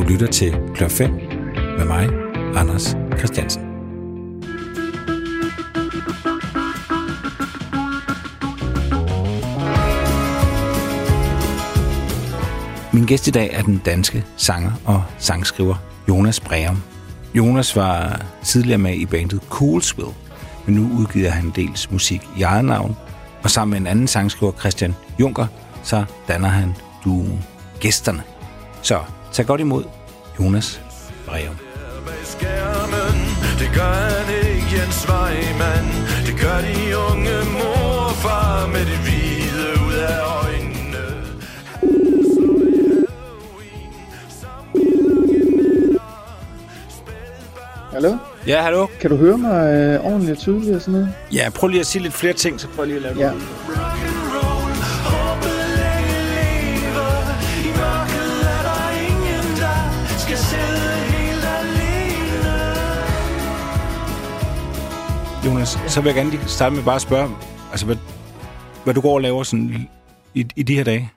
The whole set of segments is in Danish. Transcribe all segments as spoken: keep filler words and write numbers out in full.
lytter til Klør fem med mig, Anders Christiansen. Min gæst i dag er den danske sanger og sangskriver Jonas Breum. Jonas var tidligere med i bandet Coolsville, men nu udgiver han dels musik i eget navn, og sammen med en anden sangskriver, Christian Juncker, så danner han duoen Gæsterne. Så tag godt imod Jonas Breum. Det gør han ikke, Jens Weimann. Det gør de unge mor og far med det hvide ud af øjnene. Hallo? Ja, hallo. Kan du høre mig øh, ordentligt og tydeligt og sådan noget? Ja, prøv lige at sige lidt flere ting, så prøv lige at lave det. Ja. Jonas, så vil jeg gerne lige starte med bare at spørge, altså hvad, hvad du går og laver sådan i, i de her dage?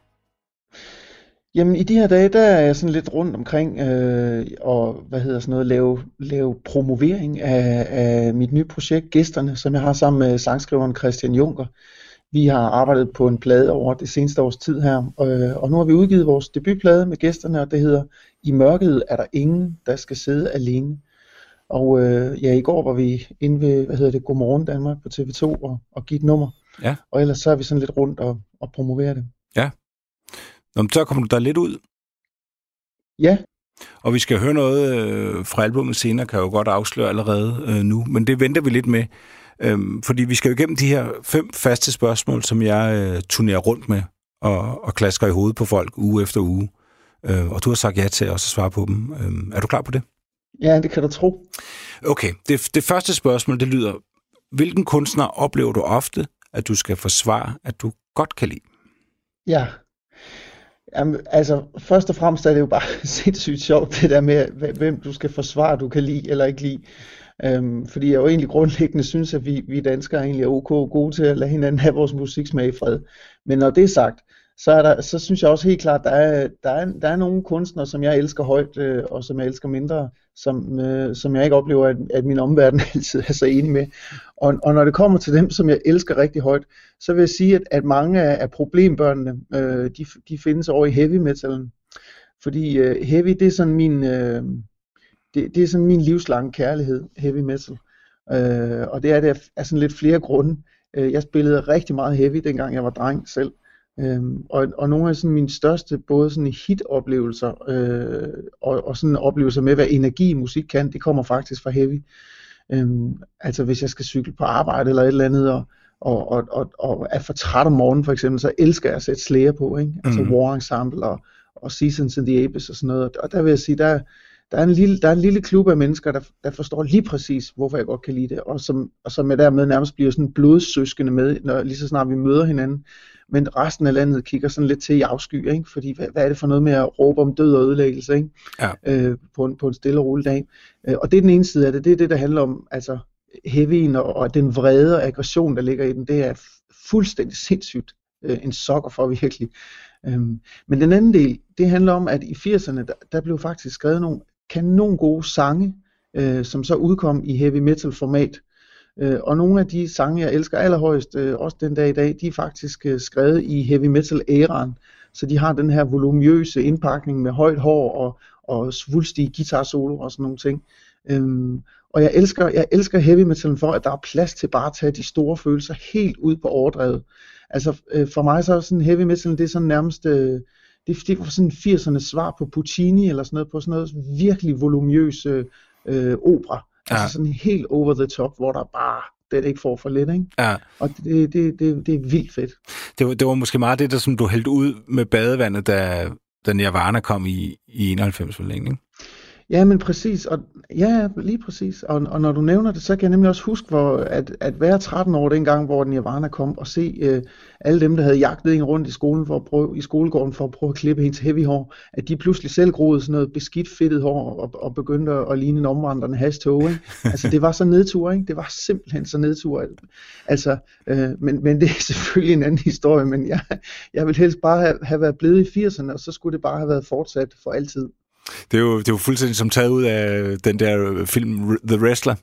Jamen i de her dage, der er jeg sådan lidt rundt omkring øh, og hvad hedder sådan noget, lave, lave promovering af, af mit nye projekt, Gæsterne, som jeg har sammen med sangskriveren Christian Juncker. Vi har arbejdet på en plade over det seneste års tid her, øh, og nu har vi udgivet vores debutplade med Gæsterne, og det hedder I mørket er der ingen, der skal sidde alene. Og øh, ja, i går var vi inde ved, hvad hedder det, Godmorgen Danmark på T V to og, og give et nummer. Ja. Og ellers så er vi sådan lidt rundt og, og promoverer det. Ja. Nå, så kommer du der lidt ud. Ja. Og vi skal høre noget øh, fra albumet senere, kan jeg jo godt afsløre allerede øh, nu. Men det venter vi lidt med. Øh, fordi vi skal jo igennem de her fem faste spørgsmål, som jeg øh, turnerer rundt med og, og klasker i hovedet på folk uge efter uge. Øh, og du har sagt ja til også at svare på dem. Øh, er du klar på det? Ja, det kan du tro. Okay, det, det første spørgsmål, det lyder: hvilken kunstner oplever du ofte, at du skal forsvare, at du godt kan lide? Ja, Jamen, altså først og fremmest er det jo bare sindssygt sjovt, det der med, hvem du skal forsvare, du kan lide eller ikke lide. Øhm, fordi jeg jo egentlig grundlæggende synes, at vi, vi danskere egentlig er ok gode til at lade hinanden have vores musiksmag i fred. Men når det er sagt, så, er der, så synes jeg også helt klart, at der er, der er, der er nogle kunstnere, som jeg elsker højt, øh, og som jeg elsker mindre, som, øh, som jeg ikke oplever, at, at min omverden altid er så enig med. Og, og når det kommer til dem, som jeg elsker rigtig højt, så vil jeg sige, at, at mange af, af problembørnene, øh, de, de findes over i heavy metalen. Fordi øh, heavy, det er sådan min, øh, det, det er sådan min livslange kærlighed, heavy metal. Øh, og det er det af sådan lidt flere grunde. Øh, jeg spillede rigtig meget heavy, dengang jeg var dreng selv. Øhm, og, og nogle af sådan mine største både sådan hit-oplevelser øh, og, og sådan oplevelser med hvad energi i musik kan, det kommer faktisk fra heavy. Øhm, altså hvis jeg skal cykle på arbejde eller et eller andet og, og, og, og, og er for træt om morgenen for eksempel, så elsker jeg at sætte Slayer på, ikke? Altså mm. War Ensemble og, og Seasons in the Abyss og sådan noget. Og der vil jeg sige, der, der, er en lille, der er en lille klub af mennesker, der, der forstår lige præcis, hvorfor jeg godt kan lide det, og som, og som jeg dermed nærmest bliver sådan blodsøskende med, når, lige så snart vi møder hinanden. Men resten af landet kigger sådan lidt til i afsky, ikke? Fordi hvad, hvad er det for noget med at råbe om død og ødelæggelse, ikke? Ja. Øh, på, en, på en stille og rolig dag. Øh, og det er den ene side af det, det er det, der handler om, altså heavyen og, og den vrede og aggression, der ligger i den, det er fuldstændig sindssygt øh, en sokker for virkelig. Øh, men den anden del, det handler om, at i firserne, der, der blev faktisk skrevet nogle kanon gode sange, øh, som så udkom i heavy metal format. Uh, og nogle af de sange, jeg elsker allerhøjst, uh, også den dag i dag, de er faktisk uh, skrevet i heavy metal æraen. Så de har den her voluminøse indpakning med højt hår og, og svulstige guitar-solo og sådan nogle ting. Um, og jeg elsker, jeg elsker heavy metalen for, at der er plads til bare at tage de store følelser helt ud på overdrevet. Altså uh, for mig så er sådan heavy metal, det er sådan nærmest, uh, det, det var sådan firsernes svar på Puccini eller sådan noget, på sådan noget virkelig voluminøs uh, uh, opera. Ja. Altså sådan helt over the top, hvor der bare det ikke får for lidt, ikke? Ja. Og det, det, det, det er vildt fedt. Det var, det var måske meget det, der som du hældte ud med badevandet, da, da Nirvana kom i, i enoghalvfems for længe, ikke? Ja, men præcis. Og, ja, lige præcis. Og, og når du nævner det, så kan jeg nemlig også huske, hvor, at, at være tretten år dengang, hvor Nirvana kom, og se øh, alle dem, der havde jagtet en rundt i skolen for at prøve, i skolegården for at prøve at klippe hendes heavy hår, at de pludselig selv groede sådan noget beskidt fedtet hår og, og begyndte at ligne en omvandrende hashtog, ikke? Altså det var så nedtur, ikke? Det var simpelthen så nedtur. Altså, øh, men, men det er selvfølgelig en anden historie, men jeg, jeg vil helst bare have, have været blevet i firserne, og så skulle det bare have været fortsat for altid. Det er jo, det er jo fuldstændig som taget ud af den der film The Wrestler.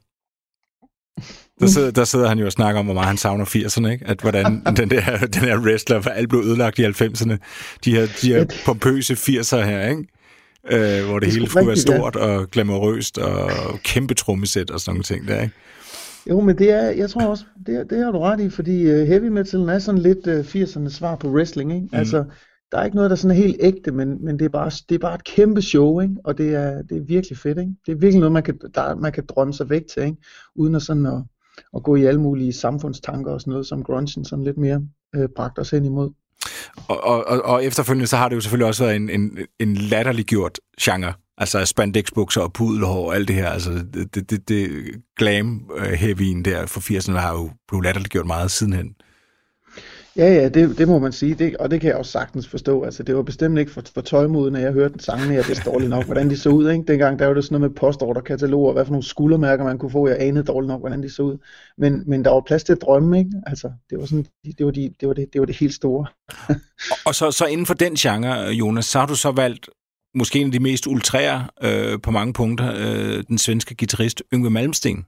Der sidder, der sidder han jo og snakker om, hvor meget han savner firserne, ikke? At hvordan den der, den der wrestler, for alt blev ødelagt i halvfemserne. De her, de her pompøse firser her, ikke? Øh, hvor det, det hele skulle være stort ja. og glamourøst og kæmpe trommesæt og sådan nogle ting der, ikke? Jo, men det er, jeg tror også, det, er, det har du ret i, fordi heavy metalen er sådan lidt uh, firsernes svar på wrestling, ikke? Mm. Altså, der er ikke noget, der sådan er helt ægte, men, men det, er bare, det er bare et kæmpe show, ikke? Og det er, det er virkelig fedt, ikke? Det er virkelig noget, man kan, der, man kan drømme sig væk til, ikke? Uden at sådan at, at gå i alle mulige samfundstanker og sådan noget, som grungen sådan lidt mere øh, bragt os hen imod. Og, og, og efterfølgende, så har det jo selvfølgelig også været en, en, en latterliggjort genre. Altså spandexbukser og pudelhår og alt det her. Altså det, det, det glam-heavyen der for firserne har jo blevet latterliggjort meget sidenhen. Ja, ja, det, det må man sige, det, og det kan jeg også sagtens forstå. Altså, det var bestemt ikke for, for tøjmoden, når jeg hørte den sangen her, det er dårligt nok, hvordan de så ud, ikke? Dengang der var det sådan noget med postorderkataloger, hvad for nogle skuldermærker man kunne få, jeg anede dårligt nok, hvordan de så ud. Men, men der var plads til at drømme, ikke? Altså, det var sådan, det var, de, det, var det, det var det helt store. og og så, så inden for den genre, Jonas, så har du så valgt måske en af de mest ultrære øh, på mange punkter, øh, den svenske guitarist Yngwie Malmsteen.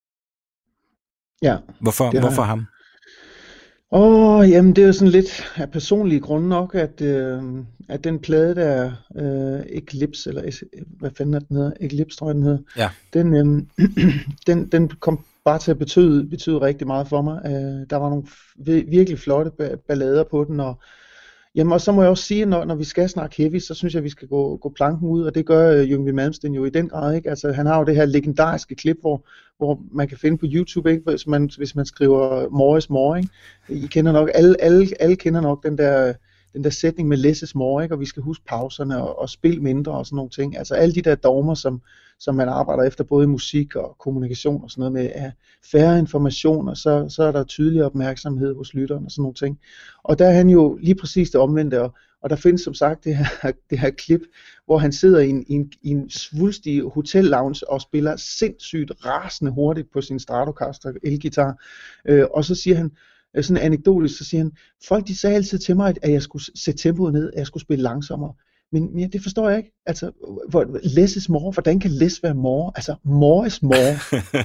Ja. Hvorfor, hvorfor ham? Åh, oh, jamen det er jo sådan lidt af personlige grunde nok, at, øh, at den plade der, øh, Eclipse, eller hvad fanden er den hedder, Eclipse tror jeg den hedder, ja. den, øh, den, den kom bare til at betyde, betyde rigtig meget for mig. Øh, der var nogle virkelig flotte ballader på den, og jamen, og så må jeg også sige, når, når vi skal snakke heavy, så synes jeg, vi skal gå, gå planken ud, og det gør uh, Yngwie Malmsteen jo i den grad, ikke? Altså, han har jo det her legendariske klip, hvor, hvor man kan finde på YouTube, ikke? Hvis man, hvis man skriver More is More, ikke? I kender nok, alle, alle, alle kender nok den der, den der sætning med less is more, ikke? Og vi skal huske pauserne og, og spille mindre og sådan nogle ting. Altså alle de der dogmer, som, som man arbejder efter, både i musik og kommunikation og sådan noget med, er færre information, og så, så er der tydelig opmærksomhed hos lytteren og sådan nogle ting. Og der er han jo lige præcis det omvendte, og, og der findes som sagt det her, det her klip, hvor han sidder i en, i en, i en svulstig hotellounge og spiller sindssygt rasende hurtigt på sin Stratocaster elgitar, øh, og så siger han, sådan anekdotisk, så siger han, folk de sagde altid til mig, at jeg skulle sætte tempoet ned, at jeg skulle spille langsommere. Men ja, det forstår jeg ikke. Altså, hvor, less is more, hvordan kan less være more? Altså, more is more.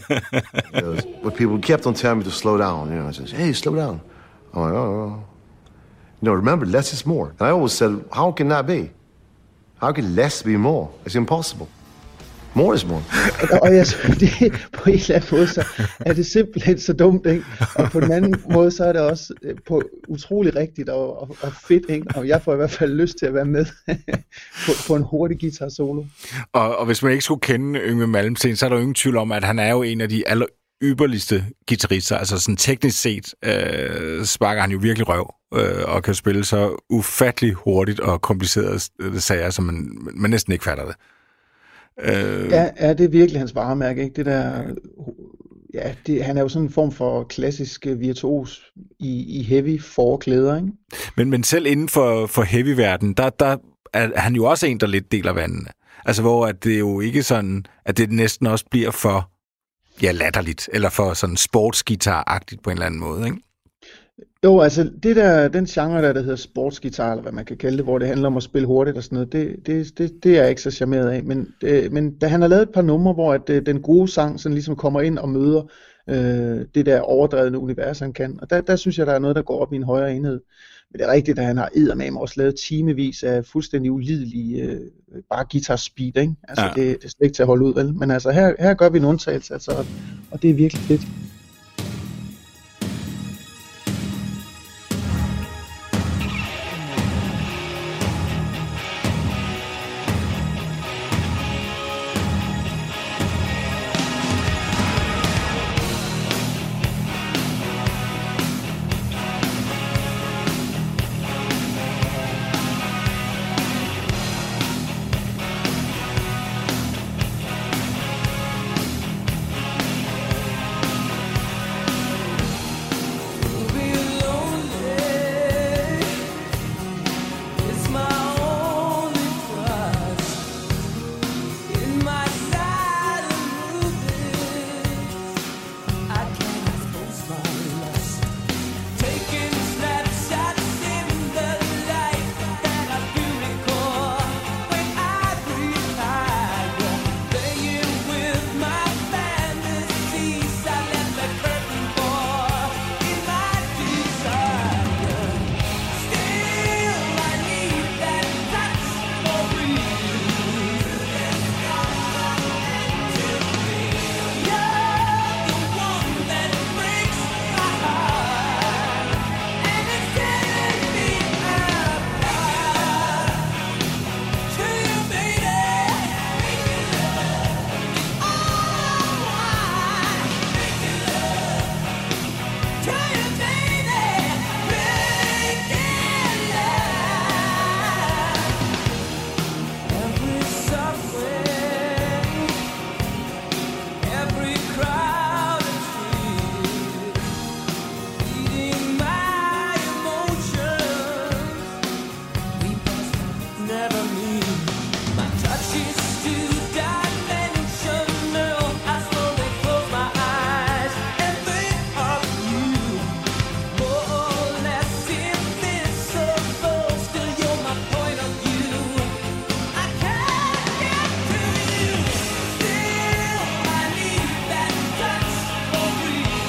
But people kept on telling me to slow down, you know, I said, hey, slow down. I'm like, oh, oh. You know, remember, less is more. And I always said, how can that be? How can less be more? It's impossible. More is more. og, og jeg synes, det på en eller anden måde, så er det simpelthen så dumt, ikke? Og på den anden måde, så er det også på utrolig rigtigt og, og, og fedt, ikke? Og jeg får i hvert fald lyst til at være med på, på en hurtig guitar solo. Og, og hvis man ikke skulle kende Yngwie Malmsteen, så er der jo ingen tvivl om, at han er jo en af de aller ypperligste guitarister. Altså sådan teknisk set øh, sparker han jo virkelig røv øh, og kan spille så ufattelig hurtigt og kompliceret sager, som man, man næsten ikke fatter det. Øh... Ja, ja, det er virkelig hans varemærke, ikke? Det der, ja, det, han er jo sådan en form for klassisk virtuos i, i heavy forklæder, ikke? Men, men selv inden for, for heavy-verden, der, der er han jo også en, der lidt deler vandene. Altså, hvor at det jo ikke sådan, at det næsten også bliver for, ja, latterligt, eller for sådan sportsguitar-agtigt på en eller anden måde, ikke? Jo, altså det der, den genre der, der hedder sportsguitar, eller hvad man kan kalde det, hvor det handler om at spille hurtigt og sådan noget, det, det, det, det er jeg ikke så charmeret af. Men, det, men da han har lavet et par numre, hvor at, den gode sang sådan ligesom kommer ind og møder øh, det der overdrevne univers, han kan. Og der, der synes jeg, der er noget, der går op i en højere enhed. Men det er rigtigt, at han har eddermame også lavet timevis af fuldstændig ulidelige øh, bare guitar speed, ikke? Altså ja. det, det er slet ikke til at holde ud, vel? Men altså her, her gør vi en undtagelse, altså, og det er virkelig fedt. ever need. My touch is too dimensional. I slowly close my eyes and think of you. More or less invisible, still you're my point of view. I can't get to you. Still I need that touch for real.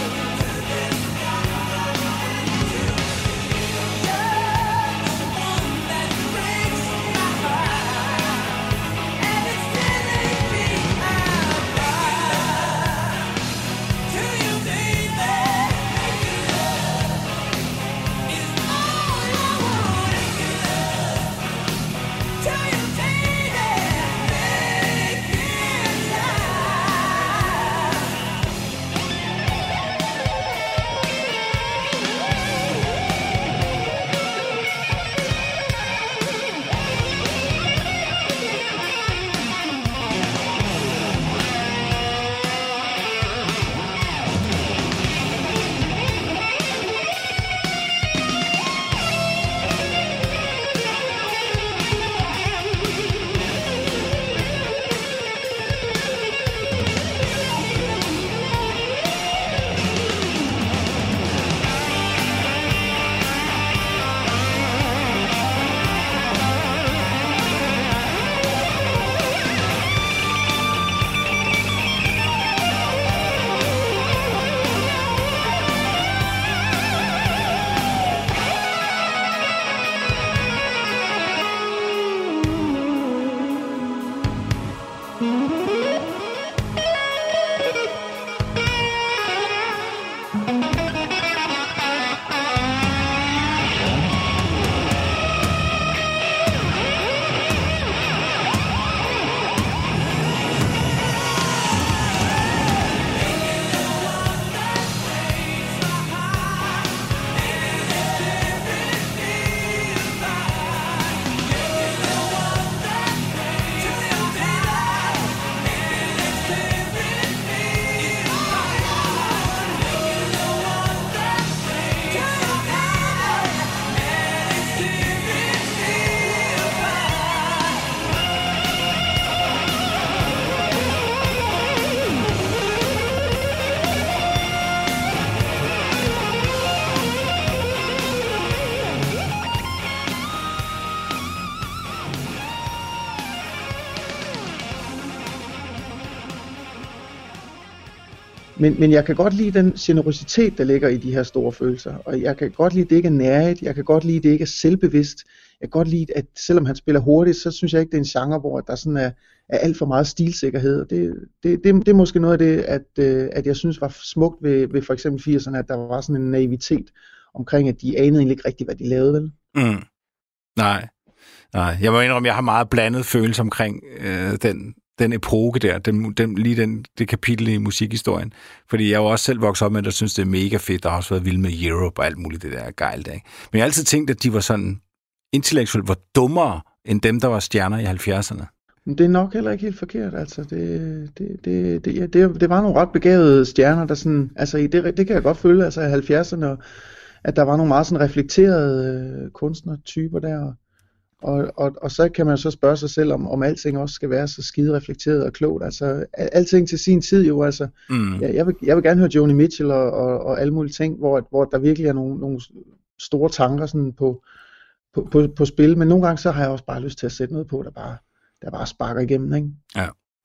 Men, men jeg kan godt lide den generøsitet, der ligger i de her store følelser, og jeg kan godt lide, at det ikke er nærigt, jeg kan godt lide, at det ikke er selvbevidst, jeg kan godt lide, at selvom han spiller hurtigt, så synes jeg ikke, det er en genre, hvor der sådan er, er alt for meget stilsikkerhed, og det, det, det, det er måske noget af det, at, at jeg synes var smukt ved, ved for eksempel firserne, at der var sådan en naivitet omkring, at de anede egentlig ikke rigtigt, hvad de lavede, vel? Mm. Nej, nej, jeg må indrømme, jeg har meget blandet følelse omkring øh, den den epoke der, den, den, lige den, det kapitel i musikhistorien. Fordi jeg er jo også selv vokset op med, at jeg synes, det er mega fedt. Der har også været vild med Europe og alt muligt, det der gejl der. Men jeg har altid tænkt, at de var sådan intellektuelt var dummere, end dem, der var stjerner i halvfjerdserne. Det er nok heller ikke helt forkert, altså. Det, det, det, det, ja, det, det var nogle ret begavede stjerner, der sådan, altså det, det kan jeg godt føle, altså i halvfjerdserne, at der var nogle meget sådan reflekterede øh, kunstnertyper der. Og, og, og så kan man så spørge sig selv, om, om alting også skal være så skide reflekteret og klogt. Altså, alting til sin tid jo, altså. Mm. Ja, jeg, vil, jeg vil gerne høre Joni Mitchell og, og, og alle mulige ting, hvor, hvor der virkelig er nogle, nogle store tanker sådan på, på, på, på spil. Men nogle gange så har jeg også bare lyst til at sætte noget på, der bare, der bare sparker igennem, ikke? Ja,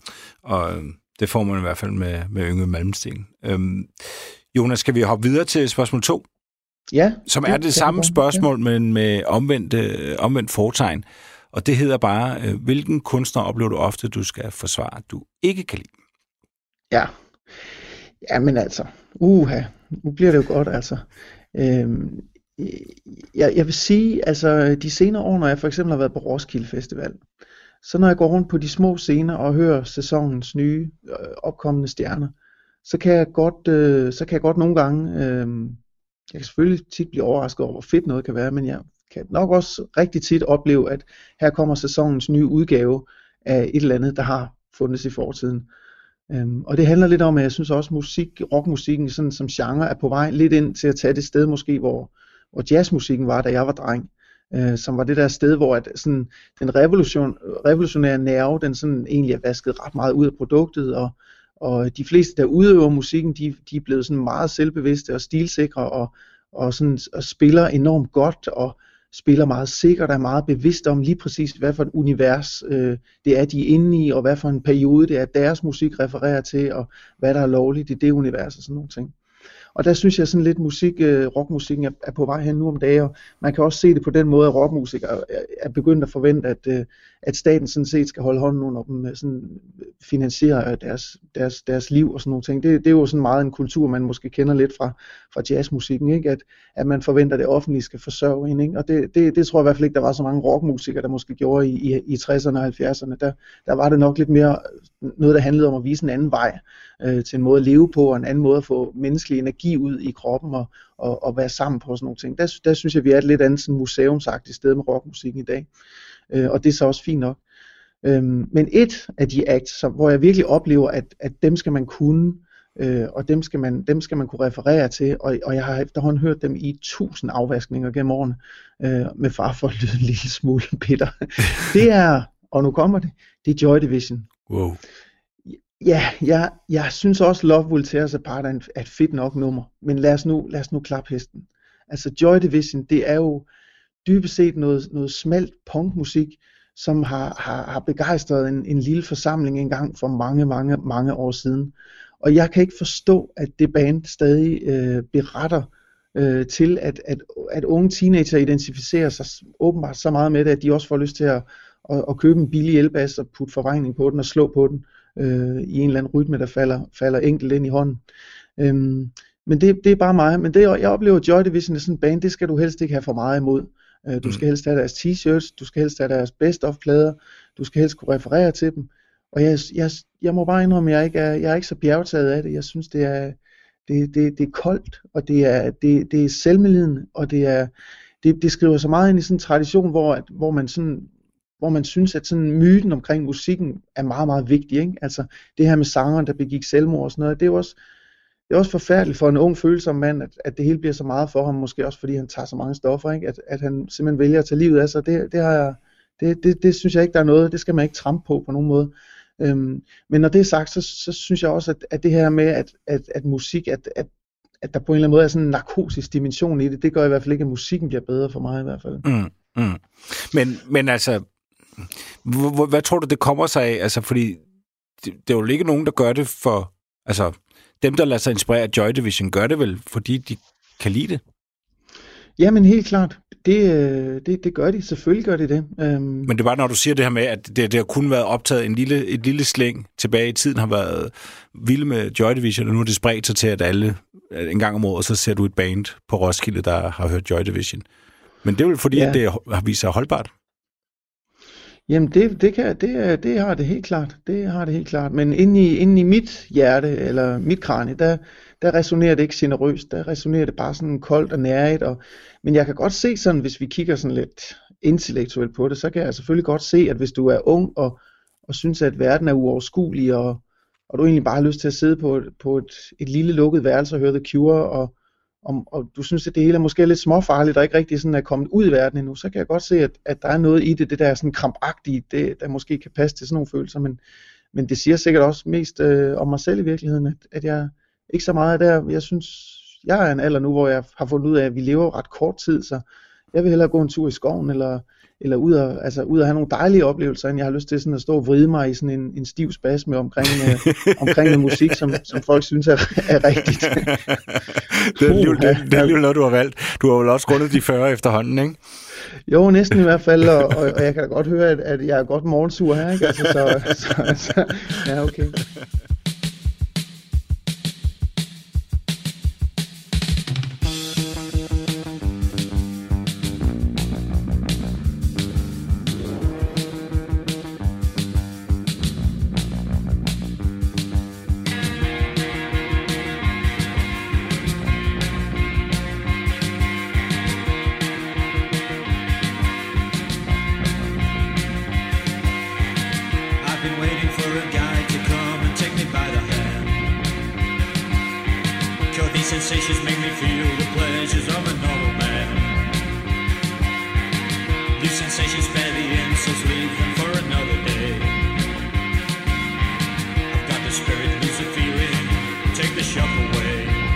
og det får man i hvert fald med, med Yngwie Malmsteen. Øhm, Jonas, skal vi hoppe videre til spørgsmål to? Ja, som er det, det samme spørgsmål, ja. Men med omvendt, øh, omvendt fortegn. Og det hedder bare, øh, hvilken kunstner oplever du ofte, du skal forsvare, du ikke kan lide? Ja, ja men altså, uha, nu bliver det jo godt, altså. Øhm, jeg, jeg vil sige, altså de senere år, når jeg for eksempel har været på Roskilde Festival, så når jeg går rundt på de små scener og hører sæsonens nye øh, opkommende stjerner, så kan jeg godt, øh, så kan jeg godt nogle gange... Øh, Jeg kan selvfølgelig tit blive overrasket over, hvor fedt noget kan være, men jeg kan nok også rigtig tit opleve, at her kommer sæsonens nye udgave af et eller andet, der har fundet i fortiden. Um, og det handler lidt om, at jeg synes også, musik, rockmusikken sådan, som genre er på vej lidt ind til at tage det sted måske, hvor, hvor jazzmusikken var, da jeg var dreng. øh, som var det der sted, hvor at sådan, den revolution, revolutionære nerve, den sådan egentlig er vasket ret meget ud af produktet, og, og de fleste, der udøver musikken, de, de er blevet sådan meget selvbevidste og stilsikre, og, og, sådan, og spiller enormt godt, og spiller meget sikkert, og er meget bevidst om lige præcis, hvad for et univers øh, det er, de er inde i, og hvad for en periode det er, deres musik refererer til, og hvad der er lovligt i det univers, og sådan nogle ting. Og der synes jeg sådan lidt musik, øh, rockmusikken er, er på vej hen nu om dagen, og man kan også se det på den måde, at rockmusikere er, er begyndt at forvente, at, øh, at staten sådan set skal holde hånden under dem, sådan finansiere deres, deres, deres liv og sådan nogle ting. Det, det er jo sådan meget en kultur, man måske kender lidt fra, fra jazzmusikken, ikke? At, at man forventer, at det offentlige skal forsørge en, ikke? Og det, det, det tror jeg i hvert fald ikke, der var så mange rockmusikere, der måske gjorde i, i, i tresserne og halvfjerdserne. Der, der var det nok lidt mere noget, der handlede om at vise en anden vej øh, til en måde at leve på, og en anden måde at få menneskelig energi ud i kroppen og, og, og være sammen på sådan nogle ting. Der, der synes jeg, vi er et lidt andet sådan museumsagtigt sted med rockmusikken i dag. Øh, og det er så også fint nok. Øhm, men et af de acts, som, hvor jeg virkelig oplever, at, at dem skal man kunne, øh, og dem skal man, dem skal man kunne referere til, og, og jeg har efterhånden hørt dem i tusind afvaskninger gennem årene, øh, med far for at lyde en lille smule bitter. Det er, og nu kommer det, det er Joy Division. Wow. Ja, jeg, jeg synes også Love Will Tear Us Apart er, en, er et fedt nok nummer, men lad os nu, lad os nu klappe hesten. Altså Joy Division, det er jo dybest set noget, noget smalt punkmusik, som har, har, har begejstret en, en lille forsamling engang for mange, mange, mange år siden. Og jeg kan ikke forstå, at det band stadig øh, beretter øh, til, at, at, at unge teenager identificerer sig åbenbart så meget med det, at de også får lyst til at, at, at købe en billig elbas og putte forvrængning på den og slå på den øh, i en eller anden rytme, der falder, falder enkelt ind i hånden. Øhm, men det, det er bare mig. Men det, jeg oplever, Joy Division er sådan en band, det skal du helst ikke have for meget imod. Du skal helst have deres t-shirts, du skal helst have deres best-of-plader, du skal helst kunne referere til dem. Og jeg, jeg, jeg må bare indrømme, at jeg ikke er, jeg er ikke så bjergtaget af det. Jeg synes, det er, det, det, det er koldt, og det er, det, det er selvmedlidende, og det, er, det, det skriver så meget ind i sådan en tradition, hvor, at, hvor, man sådan, hvor man synes, at sådan myten omkring musikken er meget, meget vigtig. Ikke? Altså det her med sangeren, der begik selvmord og sådan noget, det er jo også... Det er også forfærdeligt for en ung følsom mand, at, at det hele bliver så meget for ham, måske også fordi han tager så mange stoffer, ikke? At, at han simpelthen vælger at tage livet af sig. Det, det, har jeg, det, det, det synes jeg ikke, der er noget, det skal man ikke trampe på på nogen måde. Øhm, men når det er sagt, så, så synes jeg også, at, at det her med, at, at, at musik, at, at, at der på en eller anden måde er sådan en narkotisk dimension i det, det gør i hvert fald ikke, at musikken bliver bedre for mig i hvert fald. Mm, mm. Men, men altså, h- hvad tror du, det kommer sig af? Altså, fordi det, det er jo ikke nogen, der gør det for... Altså, dem, der lader sig inspirere af Joy Division, gør det vel, fordi de kan lide det? Jamen helt klart. Det, det, det gør de. Selvfølgelig gør de det. Um... Men det er bare, når du siger det her med, at det, det har kun været optaget en lille, et lille slæng tilbage i tiden, har været vilde med Joy Division, og nu er det spredt sig til, at alle en gang om året, så ser du et band på Roskilde, der har hørt Joy Division. Men det er vel fordi, ja. At det har vist sig holdbart? Jamen det, det, kan, det, det har det helt klart, det har det helt klart, men inde i, inde i mit hjerte, eller mit kranie, der, der resonerer det ikke generøst, der resonerer det bare sådan koldt og nærigt, og, men jeg kan godt se sådan, hvis vi kigger sådan lidt intellektuelt på det, så kan jeg selvfølgelig godt se, at hvis du er ung, og, og synes, at verden er uoverskuelig, og, og du egentlig bare har lyst til at sidde på, på et, et lille lukket værelse og høre The Cure, og Om, og du synes, at det hele er måske lidt småfarligt, og ikke rigtig sådan er kommet ud i verden endnu, så kan jeg godt se, at, at der er noget i det, det der sådan krampagtige, det, der måske kan passe til sådan nogle følelser, men, men det siger sikkert også mest øh, om mig selv i virkeligheden, at, at jeg ikke så meget der, jeg synes, jeg er en alder nu, hvor jeg har fundet ud af, at vi lever ret kort tid, så jeg vil hellere gå en tur i skoven, eller, eller ud, og, altså, ud og have nogle dejlige oplevelser, end jeg har lyst til sådan at stå og vride mig i sådan en, en stiv spasme omkring, øh, omkring noget musik, som, som folk synes er, er rigtigt. Det er alligevel, det, det er alligevel noget, du har valgt. Du har vel også rundet de fyrre efterhånden, ikke? Jo, næsten i hvert fald, og, og, og jeg kan da godt høre, at, at jeg er godt morgensur her, ikke? Altså, så, så, så, ja, okay. Sensations make me feel the pleasures of a normal man. sensations bear the insults, leave them for another day. I've got the spirit, lose the feeling, take the shock away.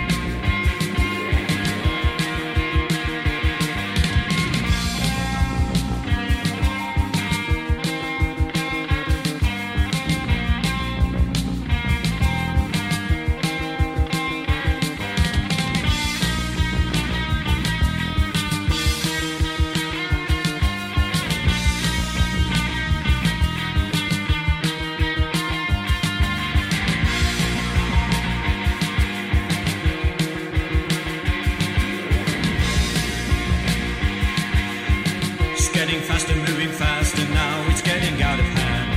Getting faster, moving faster, now it's getting out of hand.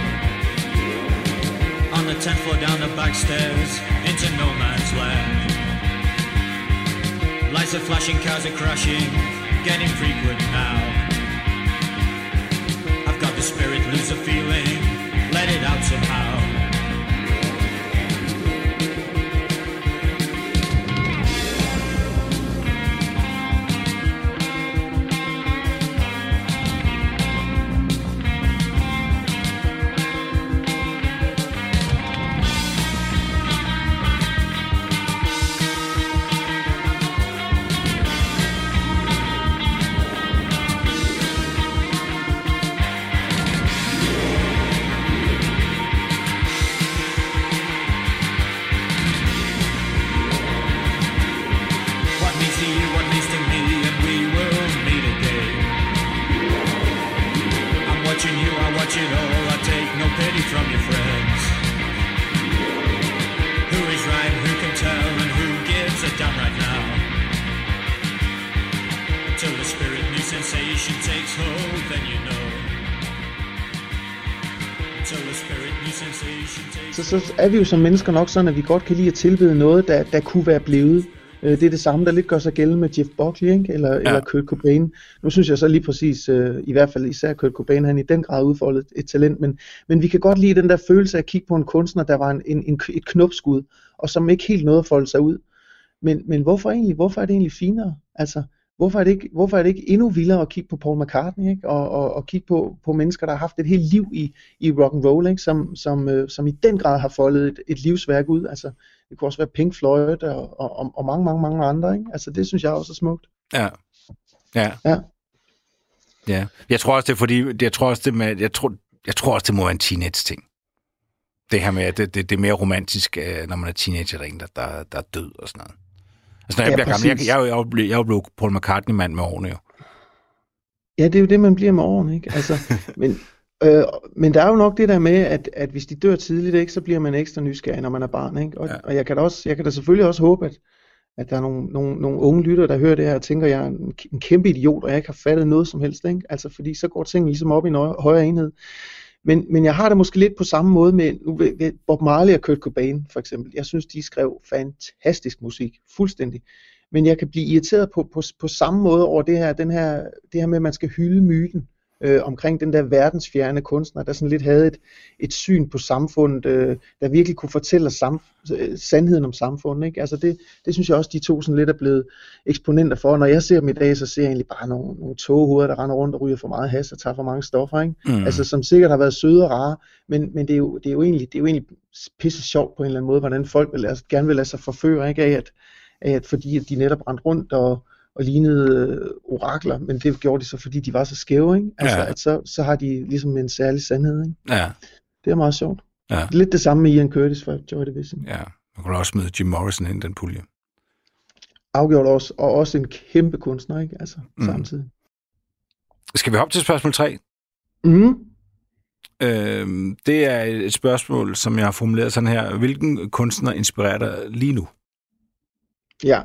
On the tenth floor, down the back stairs, into no man's land. Lights are flashing, cars are crashing, getting frequent now. I've got the spirit, lose the feeling, let it out somehow. Så, så er vi jo som mennesker nok sådan, at vi godt kan lide at tilbede noget, der, der kunne være blevet. Det er det samme, der lidt gør sig gældende med Jeff Buckley, ikke? Eller, ja. eller Kurt Cobain. Nu synes jeg så lige præcis, øh, i hvert fald især Kurt Cobain, han i den grad udfoldet et talent, men, men vi kan godt lide den der følelse af at kigge på en kunstner, der var en, en, en, et knopskud, og som ikke helt nåede at folde sig ud. Men, men hvorfor egentlig? Hvorfor er det egentlig finere? Altså, hvorfor er det ikke, hvorfor er det ikke endnu vildere at kigge på Paul McCartney, ikke? Og, og, og kigge på, på mennesker, der har haft et helt liv i, i rock and roll, ikke? Som, som, øh, som i den grad har foldet et, et livsværk ud. Altså, det kunne også være Pink Floyd og, og, og mange, mange, mange andre, ikke? Altså, det synes jeg også er smukt. Ja. Ja. Ja. Ja. Jeg tror også, det er fordi, jeg tror også, det med, jeg tror, jeg tror også, det må være en teenage-ting. Det her med, at det, det, det er mere romantisk, når man er teenager, der er en, der, der, der er død og sådan noget. Altså, når jeg Ja, bliver gammel, jeg, præcis. jeg, jeg, jeg, jeg er jo blevet Paul McCartney-mand med årene jo. Ja, det er jo det, man bliver med årene, ikke? Altså, men, øh, men der er jo nok det der med, at, at hvis de dør tidligt, ikke, så bliver man ekstra nysgerrig, når man er barn, ikke? Og, Ja. ja. og jeg kan da også, jeg kan da selvfølgelig også håbe, at, at der er nogle, nogle, nogle unge lyttere, der hører det her og tænker, jeg er en, en kæmpe idiot, og jeg ikke har fattet noget som helst, ikke? Altså, fordi så går tingene ligesom op i en høj- højere enhed. Men, men jeg har det måske lidt på samme måde med, nu ved, ved Bob Marley og Kurt Cobain for eksempel. Jeg synes, de skrev fantastisk musik, fuldstændig. Men jeg kan blive irriteret på, på, på samme måde over det her, den her, det her med, at man skal hylde myten øh, omkring den der verdensfjerne kunstner, der sådan lidt havde et, et syn på samfundet, øh, der virkelig kunne fortælle sam, øh, sandheden om samfundet, ikke? Altså det, det synes jeg også, de to sådan lidt er blevet eksponenter for. Når jeg ser dem i dag, så ser jeg egentlig bare nogle, nogle tågehoveder, der render rundt og ryger for meget has og tager for mange stoffer, ikke? Mm. Altså som sikkert har været søde og rare, men, men det, er jo, det, er jo egentlig, det er jo egentlig pisse sjovt på en eller anden måde, hvordan folk vil lade, gerne vil lade sig forføre, ikke? Af at, af at fordi at de netop rendte rundt og og lignede øh, orakler, men det gjorde de så, fordi de var så skæve, ikke? Altså, Ja. at så, så har de ligesom en særlig sandhed, ikke? Ja, Det er meget sjovt. ja, Lidt det samme med Ian Curtis fra Joy Division. ja. Man kunne også smide Jim Morrison ind i den pulje. Afgjort også, og også en kæmpe kunstner, ikke? Altså, Mm. samtidig. Skal vi hoppe til spørgsmål tre? Mm. Øhm, det er et spørgsmål, som jeg har formuleret sådan her. Hvilken kunstner inspirerer dig lige nu? Ja.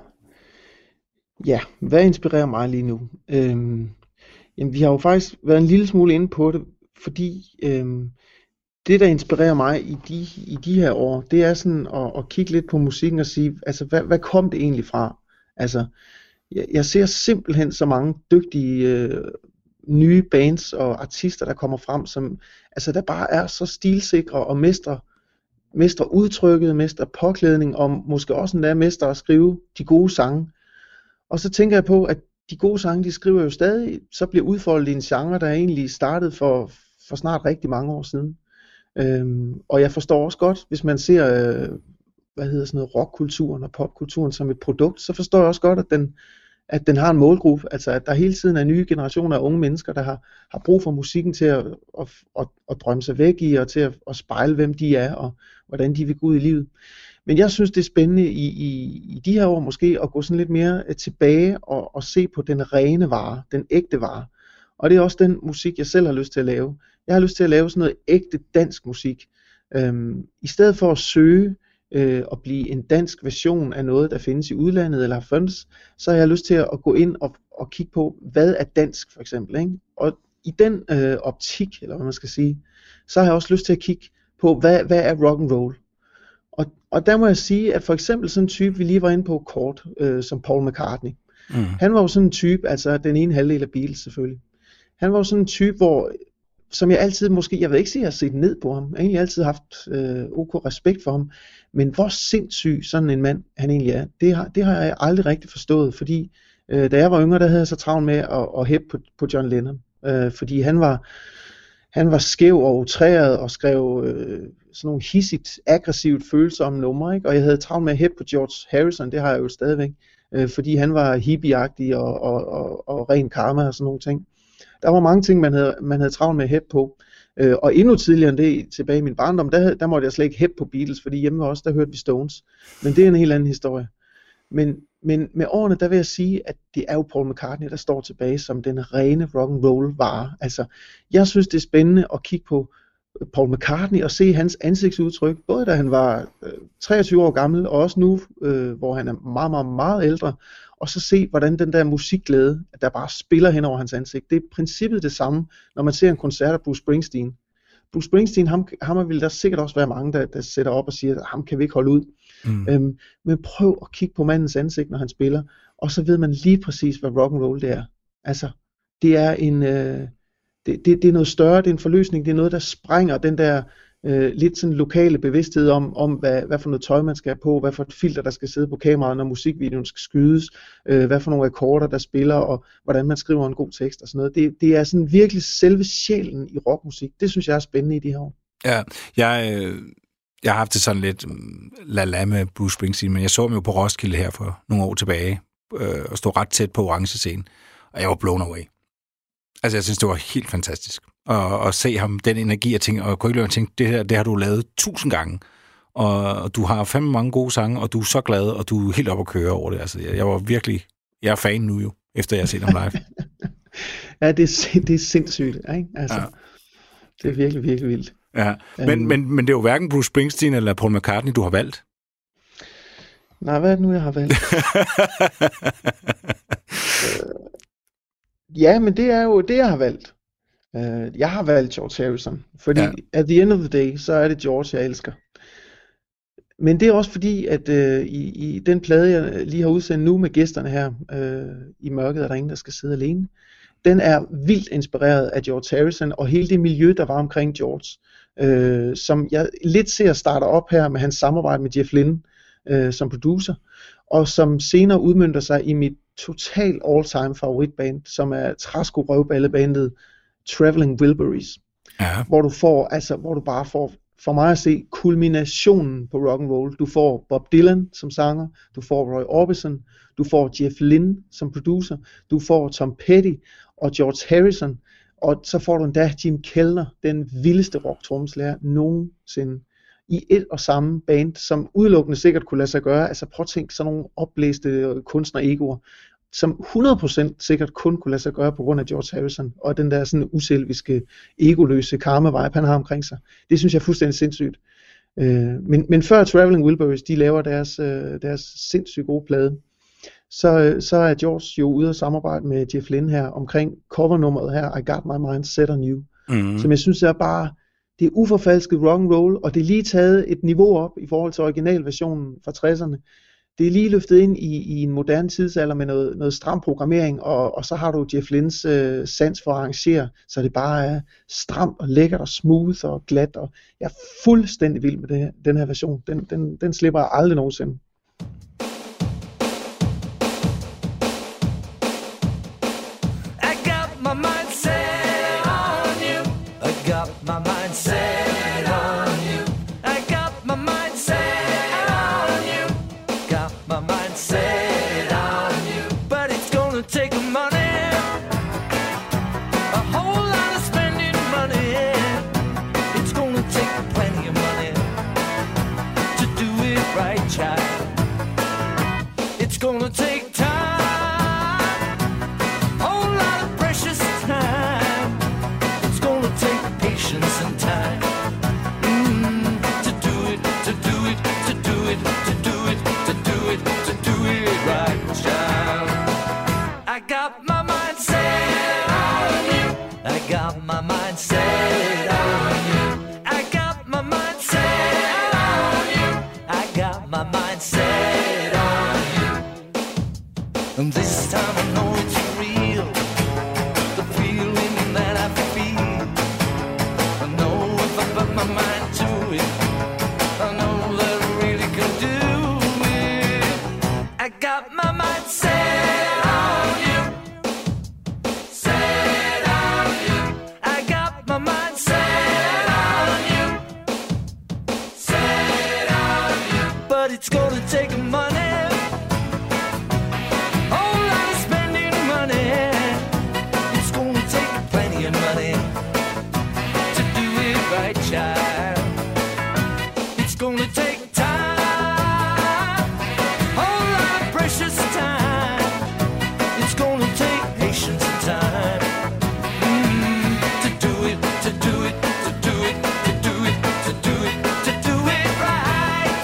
Ja, hvad inspirerer mig lige nu? Øhm, jamen, vi har jo faktisk været en lille smule inde på det, fordi øhm, det, der inspirerer mig i de, i de her år, det er sådan at, at kigge lidt på musikken og sige, altså, hvad, hvad kom det egentlig fra? Altså, jeg, jeg ser simpelthen så mange dygtige øh, nye bands og artister, der kommer frem, som altså, der bare er så stilsikre og mestrer mestrer udtrykket, mestrer påklædning, og måske også endda mestrer at skrive de gode sange. Og så tænker jeg på, at de gode sange, de skriver jo stadig, så bliver udfoldet i en genre, der egentlig startede for, for snart rigtig mange år siden. Øhm, og jeg forstår også godt, hvis man ser, øh, hvad hedder sådan noget, rockkulturen og popkulturen som et produkt, så forstår jeg også godt, at den, at den har en målgruppe, altså at der hele tiden er nye generationer af unge mennesker, der har, har brug for musikken til at, at, at, at drømme sig væk i, og til at, at spejle, hvem de er, og hvordan de vil gå ud i livet. Men jeg synes, det er spændende i, i, i de her år måske, at gå sådan lidt mere tilbage, og, og se på den rene vare, den ægte vare. Og det er også den musik, jeg selv har lyst til at lave. Jeg har lyst til at lave sådan noget ægte dansk musik. Øhm, I stedet for at søge øh, at blive en dansk version af noget, der findes i udlandet eller har fundet, så har jeg lyst til at gå ind og, og kigge på, hvad er dansk for eksempel. Ikke? Og i den øh, optik, eller hvad man skal sige, så har jeg også lyst til at kigge på, hvad, hvad er rock and roll. Og, og der må jeg sige, at for eksempel sådan en type, vi lige var inde på kort, øh, som Paul McCartney. Mm. Han var jo sådan en type, altså den ene halvdel af Beatles selvfølgelig. Han var jo sådan en type, hvor, som jeg altid måske, jeg vil ikke sige, at jeg har set ned på ham. Jeg har egentlig altid haft øh, ok respekt for ham. Men hvor sindssyg sådan en mand han egentlig er, det har, det har jeg aldrig rigtig forstået. Fordi øh, da jeg var yngre, der havde jeg så travlt med at, at hæppe på, på John Lennon. Øh, fordi han var, han var skæv og utræret og skrev øh, sådan nogle hissigt, aggressivt følsomme numre. Ikke? Og jeg havde travlt med at hæppe på George Harrison, det har jeg jo stadigvæk. Øh, fordi han var hippieagtig og, og, og, og ren karma og sådan nogle ting. Der var mange ting, man havde, man havde travlt med at hæppe på. Øh, og endnu tidligere end det, tilbage i min barndom, der, der måtte jeg slet ikke hæppe på Beatles, fordi hjemme også, der hørte vi Stones. Men det er en helt anden historie. Men, men med årene, der vil jeg sige, at det er jo Paul McCartney, der står tilbage som den rene rock and roll vare. Altså, jeg synes, det er spændende at kigge på Paul McCartney og se hans ansigtsudtryk, både da han var øh, treogtyve år gammel, og også nu, øh, hvor han er meget, meget, meget ældre, og så se, hvordan den der musikglæde, der bare spiller hen over hans ansigt, det er i princippet det samme, når man ser en koncert af Bruce Springsteen. Bruce Springsteen, ham, ham vil der sikkert også være mange, der, der sætter op og siger, at ham kan vi ikke holde ud. Mm. Øhm, men prøv at kigge på mandens ansigt, når han spiller, og så ved man lige præcis, hvad rock and roll det er. Altså, det er en... Øh, Det, det, det er noget større, det er en forløsning, det er noget, der sprænger den der øh, lidt sådan lokale bevidsthed om, om hvad, hvad for noget tøj man skal have på, hvad for et filter der skal sidde på kameraet, når musikvideoen skal skydes, øh, hvad for nogle akkorder der spiller, og hvordan man skriver en god tekst og sådan noget. Det, det er sådan virkelig selve sjælen i rockmusik. Det synes jeg er spændende i de her år. Ja, jeg, øh, jeg har haft det sådan lidt la-la med Bruce Springsteen, men jeg så ham jo på Roskilde her for nogle år tilbage, øh, og stod ret tæt på orange scene, og jeg var blown away. Altså, jeg synes, det var helt fantastisk at, at se ham, den energi, og tænke, og jeg kunne ikke lade mig tænke, det her, det har du lavet tusind gange, og du har fandme mange gode sange, og du er så glad, og du er helt oppe at køre over det. Altså, jeg, jeg var virkelig, jeg er fan nu jo, efter jeg har set ham live. Ja, det er, det er sindssygt, ikke? Altså, ja. Det er virkelig, virkelig vildt. Ja, men, um, men, men det er jo hverken Bruce Springsteen eller Paul McCartney, du har valgt. Nej, hvad er det nu, jeg har valgt? Ja, men det er jo det, jeg har valgt. Uh, jeg har valgt George Harrison, fordi ja. At the end of the day, så er det George, jeg elsker. Men det er også fordi, at uh, i, i den plade, jeg lige har udsendt nu med gæsterne her, uh, i mørket er der ingen, der skal sidde alene, den er vildt inspireret af George Harrison, og hele det miljø, der var omkring George, uh, som jeg lidt ser starter op her med hans samarbejde med Jeff Lynne uh, som producer, og som senere udmønter sig i mit total all-time favoritband, som er Træsko Røvballebandet Traveling Wilburys, ja. Hvor du får, altså hvor du bare får, for mig at se, kulminationen på rock and roll. Du får Bob Dylan som sanger, du får Roy Orbison, du får Jeff Lynne som producer, du får Tom Petty og George Harrison, og så får du endda Jim Kellner, den vildeste rock-trommeslager nogensinde, i et og samme band, som udelukkende sikkert kunne lade sig gøre. Altså prøv at tænke sådan nogle opblæste kunstner-egoer, som hundrede procent sikkert kun kunne lade sig gøre på grund af George Harrison, og den der sådan uselviske, egoløse karma-vibe, han har omkring sig. Det synes jeg er fuldstændig sindssygt. Øh, men, men før Traveling Wilburys, de laver deres, øh, deres sindssygt gode plade, så, så er George jo ude at samarbejde med Jeff Lynne her, omkring covernummeret her, I Got My Mind Set On You, mm. som jeg synes er bare, det er uforfalsket rock and roll, og det er lige taget et niveau op i forhold til originalversionen fra tresserne. Det er lige løftet ind i, i en moderne tidsalder med noget, noget stram programmering, og, og så har du Jeff Lynnes øh, sans for at arrangere, så det bare er stramt og lækkert og smooth og glat, og jeg er fuldstændig vild med det her, den her version. Den, den, den slipper jeg aldrig nogensinde. my mind set on you. I got my mind set on you. Got my mind set on you. But it's gonna take money, a whole lot of spending money. It's gonna take plenty of money to do it right, child. It's gonna take time, whole lot of precious time. It's gonna take patience and time mm, to do it, to do it, to do it, to do it, to do it, to do it right, child. I got my mind set on you. I got my mind set on you. I got my mind set on you. I got my mind set on you. And this time I know it's real, the feeling that I feel. I know if I put my mind to it, I know that I really can do it. I got my mind set on you, set on you. I got my mind set on you, set on you. But it's gonna take money, whole lot of spending money. It's gonna take plenty of money to do it right, child. It's gonna take time, whole lot of precious time. It's gonna take patience and time mm, to do it, to do it, to do it, to do it, to do it, to do it right.